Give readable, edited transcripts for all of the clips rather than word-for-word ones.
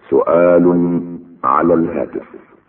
سؤال على الهاتف،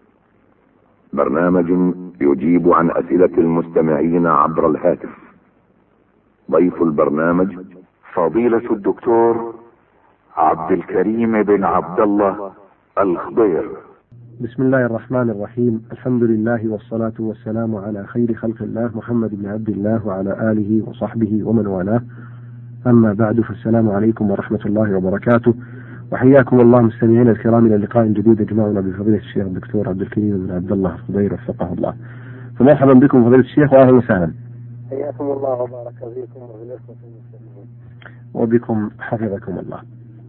برنامج يجيب عن أسئلة المستمعين عبر الهاتف. ضيف البرنامج فضيلة الدكتور عبد الكريم بن عبد الله الخضير. بسم الله الرحمن الرحيم. الحمد لله والصلاة والسلام على خير خلق الله محمد بن عبد الله وعلى آله وصحبه ومن والاه. أما بعد، فالسلام عليكم ورحمة الله وبركاته، وحياكم الله مستمعين الكرام إلى لقاء جديد يجمعنا بفضيلة الشيخ الدكتور عبد الكريم بن عبد الله الخضير وفقه الله. فمرحبا بكم فضيلة الشيخ وأهلا وسهلا. حياكم الله وبارك فيكم وبالإخوة المسلمين. وبكم حفظكم الله.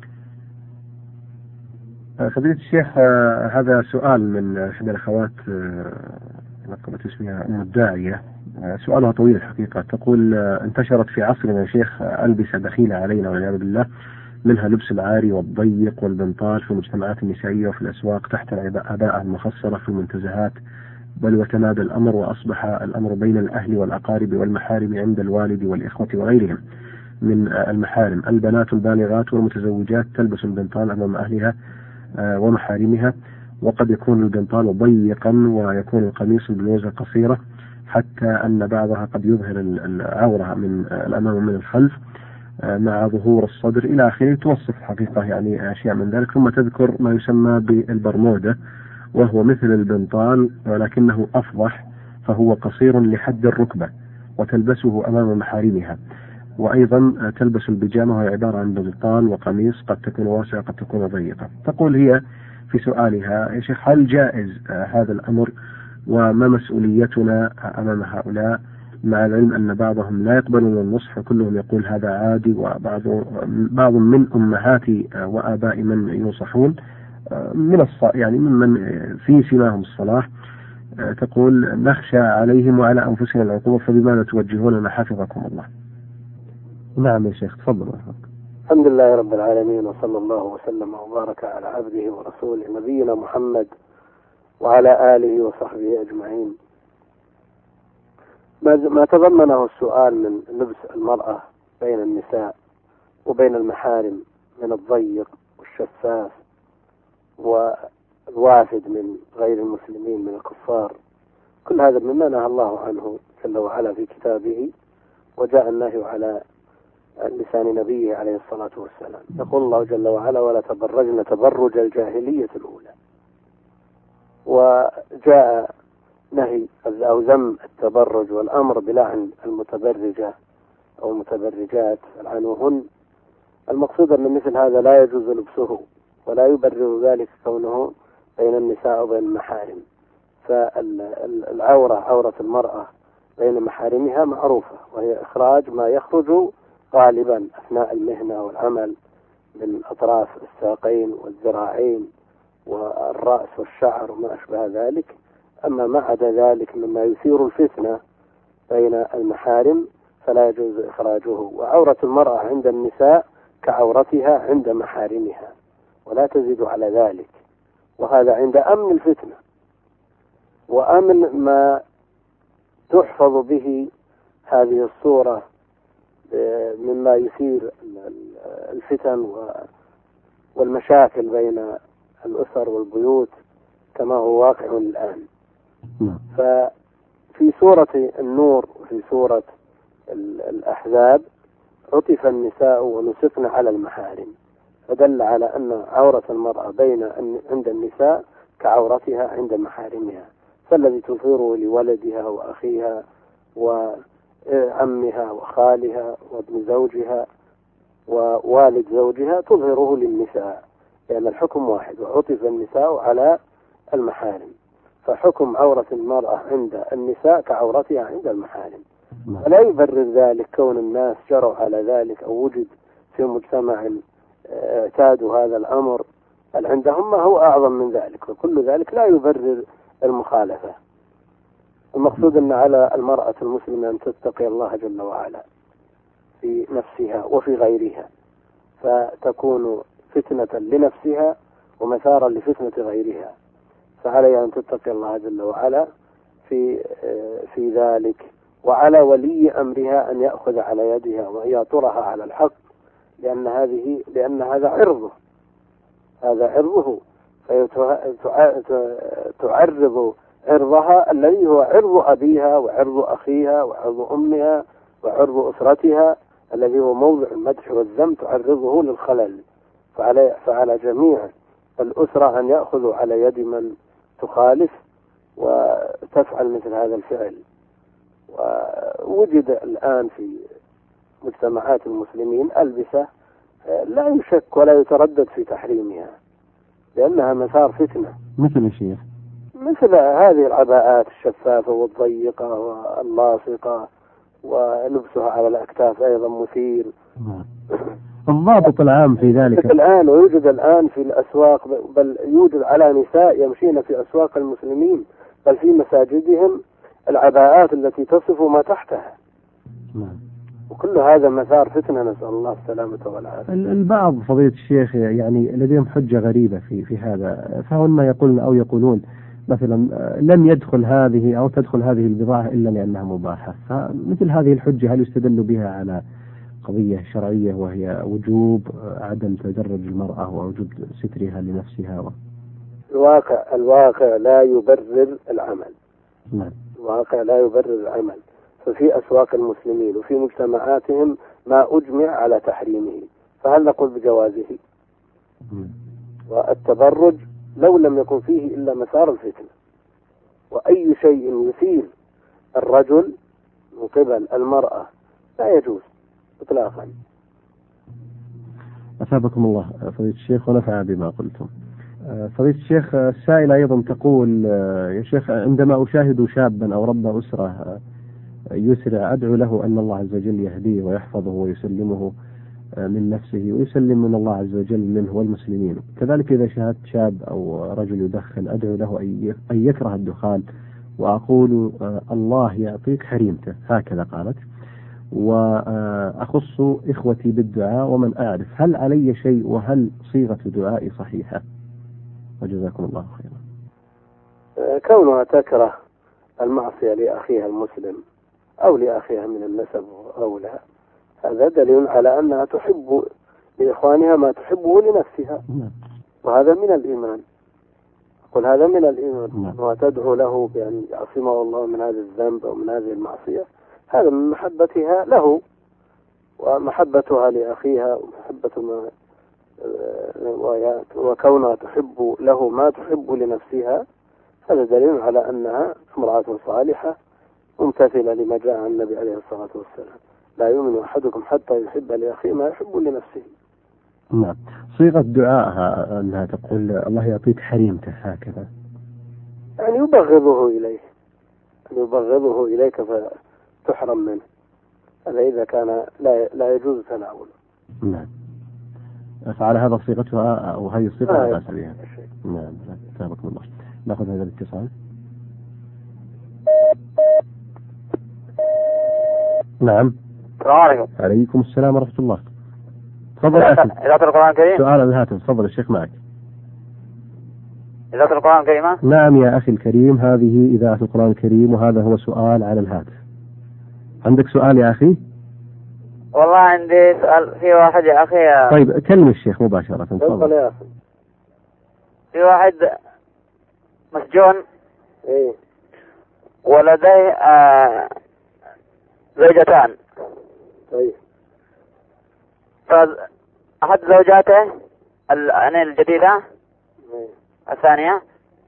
فضيلة الشيخ، هذا سؤال من إحدى الأخوات لقبت اسمها أم الداعية. سؤالها طويل الحقيقة. تقول: انتشرت في عصرنا يا شيخ ألبسة دخيلة علينا والعياذ بالله، منها لبس العاري والضيق والبنطال في المجتمعات النسائية وفي الأسواق تحت العباءة المخصرة في المنتزهات، بل وتنادى الأمر وأصبح الأمر بين الأهل والأقارب والمحارم عند الوالد والإخوة وغيرهم من المحارم. البنات البالغات والمتزوجات تلبس البنطال أمام أهلها ومحارمها، وقد يكون البنطال ضيقا ويكون القميص بلوزة قصيرة، حتى أن بعضها قد يظهر العورة من الأمام ومن الخلف مع ظهور الصدر إلى آخره. توصف الحقيقة يعني أشياء من ذلك، ثم تذكر ما يسمى بالبرمودة، وهو مثل البنطال ولكنه أفضح، فهو قصير لحد الركبة وتلبسه أمام محارمها. وأيضا تلبس البيجامة، وهي عبارة عن بنطال وقميص قد تكون واسعة قد تكون ضيقة. تقول هي في سؤالها: يا شيخ، هل جائز هذا الأمر، وما مسؤوليتنا أمام هؤلاء، مع العلم أن بعضهم لا يقبلون النصح وكلهم يقول هذا عادي، وبعض من أمهات وآباء من ينصحون من يعني ممن في سماهم الصلاح. تقول: نخشى عليهم وعلى أنفسنا العقوبة، فبماذا توجهوننا حفظكم الله؟ نعم يا شيخ، تفضل. الحمد لله رب العالمين، وصلى الله وسلم وبارك على عبده ورسوله نبينا محمد وعلى آله وصحبه أجمعين. ما تضمنه السؤال من لبس المرأة بين النساء وبين المحارم من الضيق والشفاف والوافد من غير المسلمين من الكفار، كل هذا مما نهى الله عنه جل وعلا في كتابه، وجاء النهي على لسان نبيه عليه الصلاة والسلام. يقول الله جل وعلا: ولا تبرجن تبرج الجاهلية الأولى. وجاء نهي أو ذم التبرج والأمر بلعن المتبرجة أو المتبرجات، لعنوهن. المقصود أن مثل هذا لا يجوز لبسه، ولا يبرر ذلك كونه بين النساء وبين المحارم. فالعورة، عورة المرأة بين محارمها معروفة، وهي إخراج ما يخرج غالبا أثناء المهنة والعمل من أطراف الساقين والذراعين والرأس والشعر وما أشبه ذلك. أما ما عدا ذلك مما يثير الفتنة بين المحارم فلا يجوز إخراجه. وعورة المرأة عند النساء كعورتها عند محارمها، ولا تزيد على ذلك. وهذا عند أمن الفتنة وأمن ما تحفظ به هذه الصورة مما يثير الفتن والمشاكل بين الأسر والبيوت كما هو واقع الآن. ففي سورة النور وفي سورة الأحزاب عطف النساء ونسقن على المحارم، فدل على أن عورة المرأة عند النساء كعورتها عند محارمها. فالذي تثيره لولدها وأخيها وعمها وخالها وابن زوجها ووالد زوجها تظهره للنساء، لأن الحكم واحد، وعطف النساء على المحارم. فحكم عورة المرأة عند النساء كعورتها عند المحارم. فلا يبرر ذلك كون الناس جروا على ذلك أو وجد في مجتمع اعتادوا هذا الأمر، بل عندهم ما هو أعظم من ذلك، وكل ذلك لا يبرر المخالفة. المقصود أن على المرأة المسلمة أن تتقي الله جل وعلا في نفسها وفي غيرها، فتكون فتنة لنفسها ومثارا لفتنة غيرها. فعليها أن تتقي الله جل وعلا في ذلك، وعلى ولي أمرها أن يأخذ على يدها ويطرها على الحق، لأن هذا عرضه، هذا عرضه، فتعرض عرضها الذي هو عرض أبيها وعرض أخيها وعرض أمها وعرض أسرتها الذي هو موضع المدح والذم، تعرضه للخلل. فعلى جميع الأسرة أن يأخذوا على يد من تخالف وتفعل مثل هذا الفعل. ووجد الآن في مجتمعات المسلمين ألبسة لا يشك ولا يتردد في تحريمها، لأنها مسار فتنة. مثل الشيخ، مثل هذه العباءات الشفافة والضيقة واللاصقة، ولبسها على الأكتاف أيضا مثير. الضابط العام في ذلك الآن، ويوجد الآن في الأسواق، بل يوجد على نساء يمشين في أسواق المسلمين بل في مساجدهم العباءات التي تصف ما تحتها. وكل هذا مثار فتنة، نسأل الله السلامة والعافية. البعض فضيلة الشيخ يعني لديهم حجة غريبة في هذا، فهن يقولون أو يقولون مثلا لم يدخل هذه أو تدخل هذه البضاعة إلا لأنها مباحة، فمثل هذه الحجة هل يستدل بها على قضية شرعية وهي وجوب عدم تدرج المرأة ووجوب سترها لنفسها؟ الواقع لا يبرر العمل. نعم. الواقع لا يبرر العمل. ففي أسواق المسلمين وفي مجتمعاتهم ما أجمع على تحريمه، فهل نقول بجوازه؟ والتبرج لو لم يكن فيه إلا مسار الفتنة، وأي شيء يثير الرجل من قبل المرأة لا يجوز إطلاقا. أثابكم الله فضيلة الشيخ ونفع بما قلتم. فضيلة الشيخ، السائلة أيضا تقول: يا شيخ، عندما أشاهد شابا أو رب أسرة يسرع أدعو له أن الله عز وجل يهديه ويحفظه ويسلمه من نفسه ويسلم من الله عز وجل منه والمسلمين. كذلك إذا شاهدت شاب أو رجل يدخن أدعو له أن يكره الدخان وأقول الله يعطيك حريمته، هكذا قالت، وأخص إخوتي بالدعاء ومن أعرف. هل علي شيء وهل صيغة دعائي صحيحة؟ وجزاكم الله خيرا. كونها تكره المعصية لأخيها المسلم أو لأخيها من النسب أو لا، هذا دليل على أنها تحب لإخوانها ما تحبه لنفسها، وهذا من الإيمان. قل هذا من الإيمان، وتدعو له بأن يعصمه الله من هذا الذنب أو من هذه المعصية، هذا من محبتها له ومحبتها لأخيها ومحبة وكونها تحب له ما تحب لنفسها، هذا دليل على أنها امرأة صالحة ممتثلة لما جاء عن النبي عليه الصلاة والسلام: لا يؤمن أحدكم حتى يحب لأخيه ما يحب لنفسه. نعم. صيغة دعائها أنها تقول الله يعطيك حريمته، هكذا يعني يبغضه إليه، يبغضه إليك فتحرم منه، هذا إذا كان لا يجوز تناوله. نعم. فعلى هذا صيغتها أو هذه الصيغة لا بأس بها. نعم. سابقكم الله. نأخذ هذا الاتصال. نعم. السلام عليكم. عليكم السلام ورحمة الله. تفضل يا أخي. إذاعة القرآن الكريم. سؤال الهاتف، تفضل الشيخ معك. إذاعة القرآن الكريم. نعم يا أخي الكريم، هذه إذاعة القرآن الكريم وهذا هو سؤال على الهاتف. عندك سؤال يا أخي؟ والله عندي سؤال. في واحد يا أخي. طيب كلم الشيخ مباشرة. تفضل يا أخي. في واحد مسجون ولديه زوجتان. طيب. فأحد زوجاته يعني الجديدة الثانية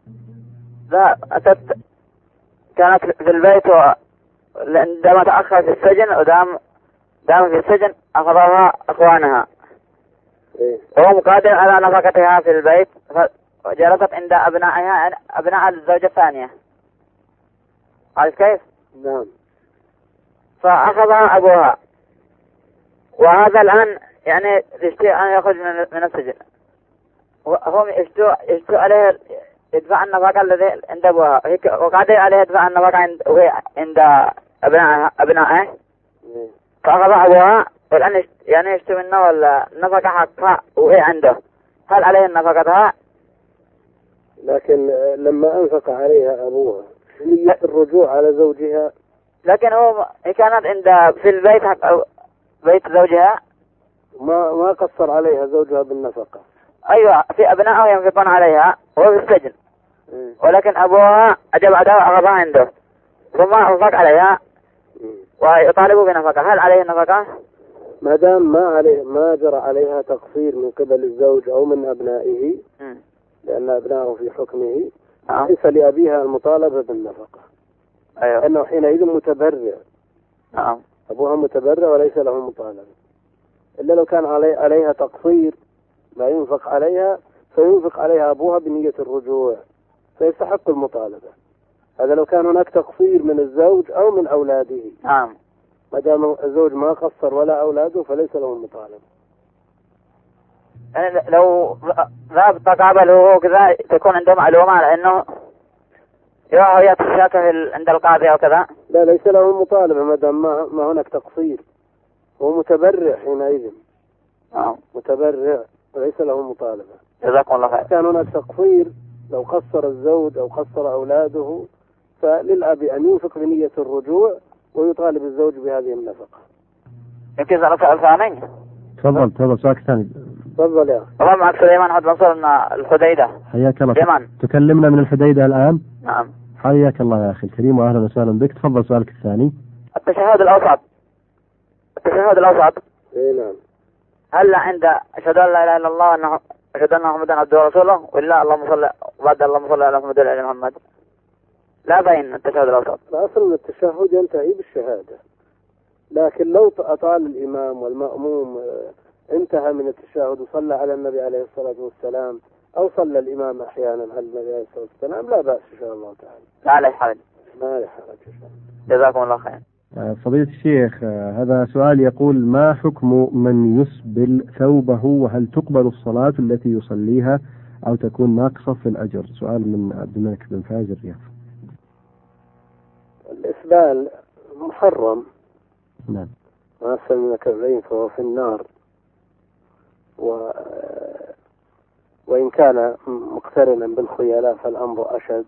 أتت كانت في البيت، عندما تأخر في السجن ودام في السجن أخذها أخوانها وهم قادر على نفقتها في البيت، فجلست عند أبنائها أبناء الزوجة الثانية. عارف كيف؟ نعم. فأخذها أبوها، وهذا الآن يعني يشتي أن يخرج من السجن، وهم يشتوا عليه يدفع النفقة الذي عند أبوها، وقادر عليه يدفع النفقة عند أبنائه. فأخذها أبوها والآن يعني يشتي منه ولا النفقة حقها وهي عنده، هل عليه النفقتها؟ لكن لما أنفق عليها أبوها هي الرجوع على زوجها، لكن هي كانت عند في البيت حق بيت زوجها، ما قصر عليها زوجها بالنفقة. أيوة في أبنائه ينفقون عليها وهو في السجن، ولكن أبوها أجاب عداوة أغضاء عنده ثم أنفق عليها ويطالبوا بنفقة. هل عليه النفقة؟ ما دام ما جرى عليها تقصير من قبل الزوج أو من أبنائه، لأن أبنائه في حكمه، ليس لأبيها المطالبة بالنفقة. أيوة. لأنه حينئذ متبرع. أبوها متبرع وليس له مطالبة، إلا لو كان عليها تقصير ما ينفق عليها، فينفق عليها أبوها بنية الرجوع فيستحق المطالبة. هذا لو كان هناك تقصير من الزوج أو من أولاده. ما دام الزوج ما قصر ولا أولاده فليس له المطالبة. يعني لو ذهب تقابله وكذا تكون عنده معلومة على أنه يتشاكى عند القاضي أو كذا؟ لا، ليس له المطالبة ما دام ما هناك تقصير. هو متبرع حينئذ. متبرع وليس له مطالبة. جزاكم الله خير. كان هناك تقصير لو قصر الزوج أو قصر أولاده فللأب أن ينفق بنية الرجوع ويطالب الزوج بهذه النفقة. يمكن سؤال ثاني؟ تفضل سؤال ثاني. تفضل يا أخي. والله معك سليمان عبد المنصور من الحديدة. حياك الله. تكلمنا من الحديدة الآن. نعم. حياك الله يا أخي الكريم وأهلا وسهلا بك. تفضل سؤالك الثاني. التشهد الأوسط. إيه نعم. هل عند أشهد أن لا إله إلا الله أنه أشهد أن محمدا عبده ورسوله ولا اللهم صل بعد اللهم صل على محمد وعلى محمد؟ لا بين التشهد الأوسط. الأصل التشهد ينتهي بالشهادة، لكن لو أطال الإمام والمأموم انتهى من التشهد وصلى على النبي عليه الصلاة والسلام أو صلى الإمام أحيانا على النبي عليه الصلاة والسلام لا بأس إن شاء الله تعالى. لا عليه حرج. ما عليه حرج. جزاكم الله خير. فضيلة الشيخ، هذا سؤال يقول: ما حكم من يسبل ثوبه، وهل تقبل الصلاة التي يصليها أو تكون ناقصة في الأجر؟ سؤال من عبد الملك بن فاز الرياض. الإسبال محرم. نعم. ما أسفل من الكعبين فهو في النار، وإن كان مقترنا بالخيلاء فالأمر أشد.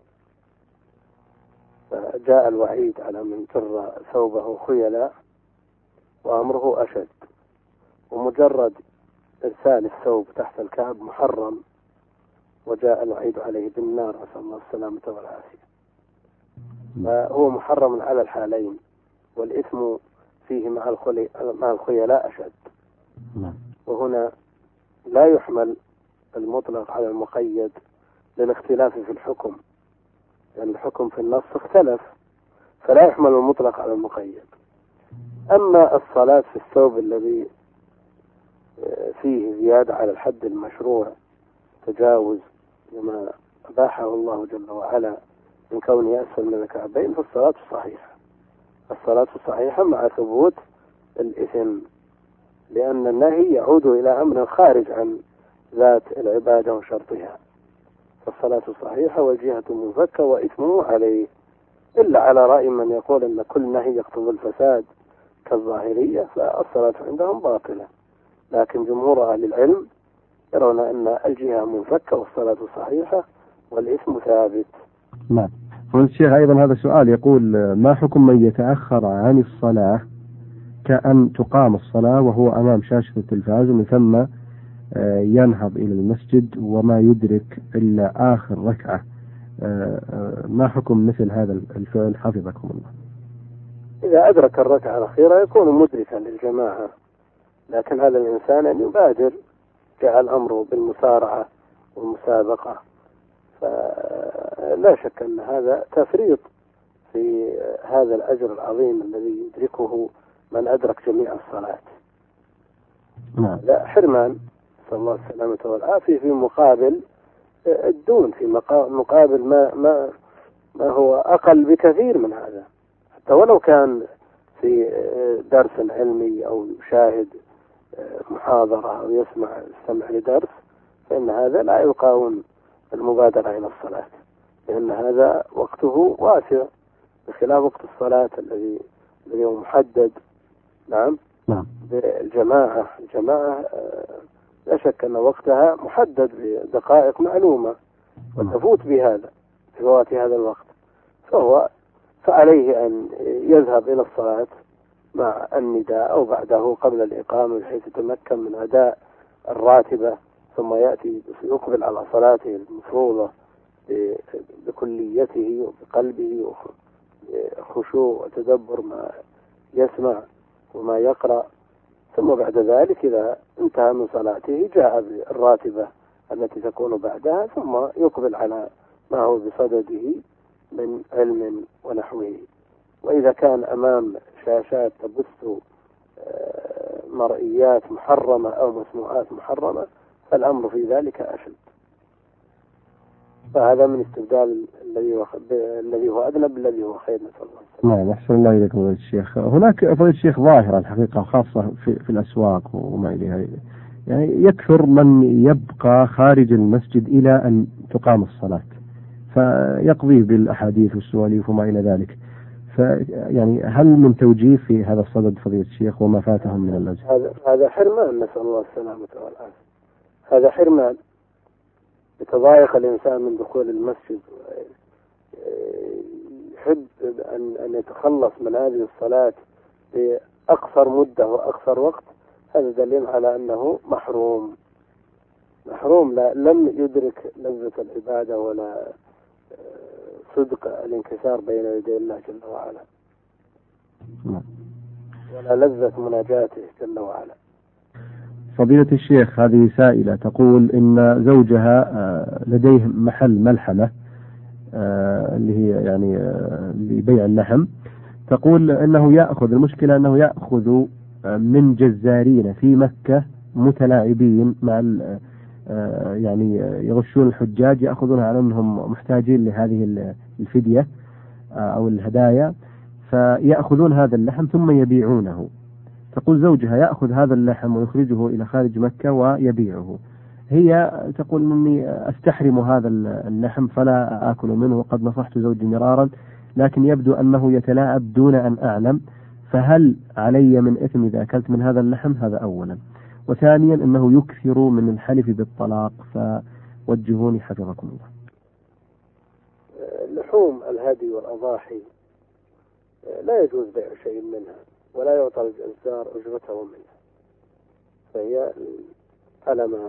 جاء الوعيد على من جر ثوبه خيلاء وأمره أشد، ومجرد إرسال الثوب تحت الكعب محرم، وجاء الوعيد عليه بالنار نسأل الله السلامة والعافية. فهو محرم على الحالين، والإثم فيه مع الخيلاء أشد. وهنا لا يحمل المطلق على المقيد للاختلاف في الحكم، لأن الحكم في النص اختلف، فلا يحمل المطلق على المقيد. أما الصلاة في الثوب الذي فيه زيادة على الحد المشروع، تجاوز لما أباحه الله جل وعلا من كونه أسفل من الكعبين، فالصلاة صحيحة. الصلاة صحيحة مع ثبوت الإثم، لأن النهي يعود إلى أمر خارج عن ذات العبادة وشرطها. فالصلاة صحيحة والجهة منفكة وإثمه عليه، إلا على رأي من يقول أن كل نهي يقتضي الفساد كالظاهرية، فالصلاة عندهم باطلة. لكن جمهور أهل العلم يرون أن الجهة منفكة والصلاة صحيحة والإثم ثابت. نعم. فضيلة الشيخ، أيضا هذا سؤال يقول: ما حكم من يتأخر عن الصلاة كأن تقام الصلاة وهو أمام شاشة التلفاز ومن ثم ينهض إلى المسجد وما يدرك إلا آخر ركعة؟ ما حكم مثل هذا الفعل حفظكم الله؟ إذا أدرك الركعة الأخيرة يكون مدركا للجماعة، لكن هذا الإنسان أن يبادر، جاء الأمر بالمسارعة والمسابقة، فلا شك أن هذا تفريط في هذا الأجر العظيم الذي يدركه من أدرك جميع الصلاة. لا حرمان، صلى الله السلامة والعافية، في مقابل الدون، في مقابل ما هو أقل بكثير من هذا. حتى ولو كان في درس علمي أو يشاهد محاضرة أو يستمع لدرس، فإن هذا لا يقاوم المبادرة إلى الصلاة، لأن هذا وقته واسع بخلاف وقت الصلاة الذي هو محدد. نعم. بالجماعة، الجماعة لا شك أن وقتها محدد بدقائق معلومة وتفوت بهذا في فوات هذا الوقت، فعليه أن يذهب إلى الصلاة مع النداء أو بعده قبل الإقامة، بحيث يتمكن من أداء الراتبة ثم يأتي يقبل على صلاته المفروضة بكليته وبقلبه وخشوع وتدبر ما يسمع وما يقرأ، ثم بعد ذلك إذا انتهى من صلاته جاء بالراتبة التي تكون بعدها، ثم يقبل على ما هو بصدده من علم ونحوه. وإذا كان أمام شاشات تبث مرئيات محرمة أو مسموعات محرمة فالأمر في ذلك أشد. فهذا من استبدال الذي هو أدنى بالذي هو خير، نسأل الله السلامة. نعم، أحسن الله إليكم فضيلة الشيخ. هناك فضيلة الشيخ ظاهرة الحقيقة خاصة في الأسواق وما إليها، يعني يكثر من يبقى خارج المسجد إلى أن تقام الصلاة فيقضي بالأحاديث والسواليف وما إلى ذلك، يعني هل من توجيه في هذا الصدد فضيلة الشيخ وما فاتهم من الأجر؟ هذا حرمان، نسأل الله السلامة والعافية. هذا حرمان، يتضايق الإنسان من دخول المسجد، يحب أن يتخلص من هذه الصلاة بأقصر مدة وأقصر وقت. هذا دليل على أنه محروم لم يدرك لذة العبادة ولا صدق الانكسار بين يدي الله جل وعلا، ولا لذة مناجاته جل وعلا. فضيلة الشيخ، هذه سائلة تقول إن زوجها لديه محل ملحمة اللي هي يعني لبيع اللحم. تقول أنه المشكلة أنه يأخذ من جزارين في مكة متلاعبين مع يعني يغشون الحجاج، يأخذونها على أنهم محتاجين لهذه الفدية أو الهدايا، فيأخذون هذا اللحم ثم يبيعونه. تقول زوجها يأخذ هذا اللحم ويخرجه إلى خارج مكة ويبيعه. هي تقول إني أستحرم هذا اللحم فلا آكل منه، وقد نصحت زوجي مرارا لكن يبدو أنه يتلاعب دون أن أعلم، فهل علي من إثم إذا أكلت من هذا اللحم؟ هذا أولا. وثانيا أنه يكثر من الحلف بالطلاق، فوجهوني حفظكم الله. لحوم الهدي والأضاحي لا يجوز بيع شيء منها، ولا يعطى الجزار أجرته منها، فهي على ما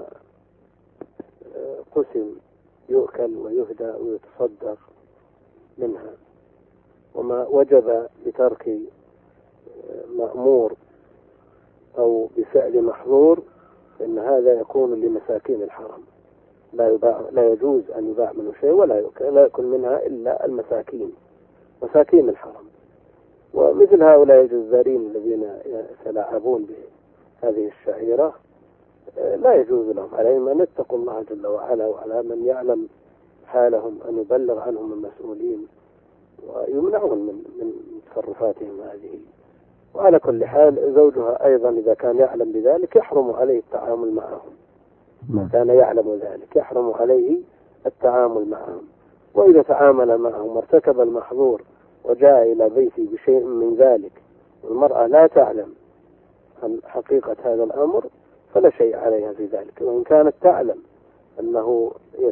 قسم يؤكل ويهدى ويتصدق منها. وما وجب بترك مأمور أو بفعل محظور فإن هذا يكون لمساكين الحرم، لا يجوز أن يباع منه شيء ولا يأكل منها إلا مساكين الحرم. ومثل هؤلاء الجزارين الذين يتلاعبون بهذه الشعيرة لا يجوز لهم، عليهم أن يتقوا الله جل وعلا، وعلى من يعلم حالهم أن يبلغ عنهم المسؤولين ويمنعون من تصرفاتهم هذه. وعلى كل حال زوجها أيضا إذا كان يعلم بذلك يحرم عليه التعامل معهم، كان يعلم ذلك يحرم عليه التعامل معهم. وإذا تعامل معهم وارتكب المحظور وجاء إلى بيته بشيء من ذلك والمرأة لا تعلم عن حقيقة هذا الأمر فلا شيء عليها في ذلك. وإن كانت تعلم أنه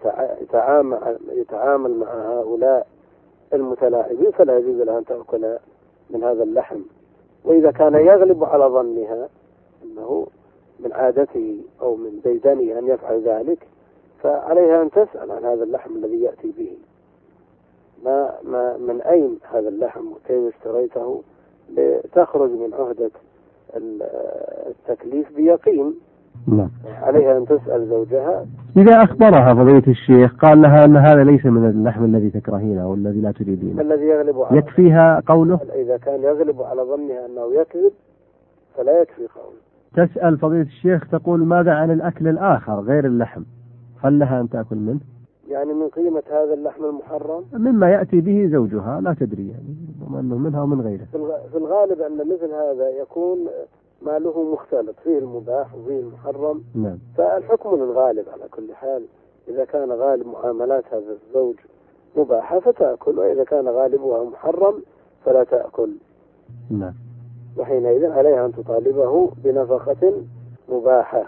يتعامل مع هؤلاء المتلاعبين فلا يجوز لها أن تأكل من هذا اللحم. وإذا كان يغلب على ظنها أنه من عادته أو من ديدنه أن يفعل ذلك فعليها أن تسأل عن هذا اللحم الذي يأتي به، ما من أين هذا اللحم وكيف اشتريته، لتخرج من عهدة التكليف بيقين. عليها أن تسأل زوجها. إذا أخبرها فضيلة الشيخ قال لها أن هذا ليس من اللحم الذي تكرهينه أو الذي لا تريدينه، الذي يغلب على يكفيها قوله؟ إذا كان يغلب على ظنها أنه يكذب فلا يكفي قوله. تسأل فضيلة الشيخ تقول ماذا عن الأكل الآخر غير اللحم، هل لها أن تأكل منه؟ يعني من قيمة هذا اللحم المحرم مما يأتي به زوجها لا تدري، يعني أنه منها ومن غيره. في الغالب أن مثل هذا يكون ما له مختلط، فيه المباح وفيه المحرم. نعم. فالحكم للغالب على كل حال. إذا كان غالب معاملات هذا الزوج مباحة فتأكل، وإذا كان غالبها محرم فلا تأكل. نعم. وحينئذ عليها أن تطالبه بنفقة مباحة،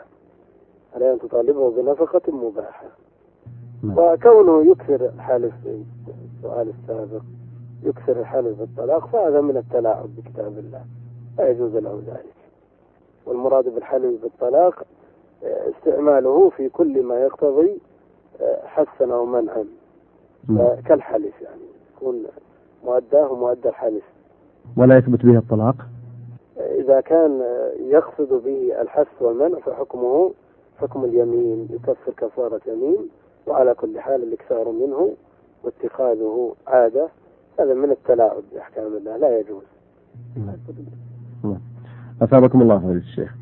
وكونه يكثر الحلف في السؤال السابق يكثر الحلف بالطلاق فهذا من التلاعب بكتاب الله، لا يجوز له ذلك. والمراد بالحلف بالطلاق استعماله في كل ما يقتضي حسنا أو منعا، كالحلف يعني يكون مؤداه ومؤدى الحلف. ولا يثبت به الطلاق؟ إذا كان يقصد به الحث والمنع فحكمه حكم اليمين، يكفر كفارة يمين. وعلى كل حال الإكثار منه واتخاذه عادة هذا من التلاعب بأحكام الله لا يجوز. أثابكم الله فضيلة الشيخ.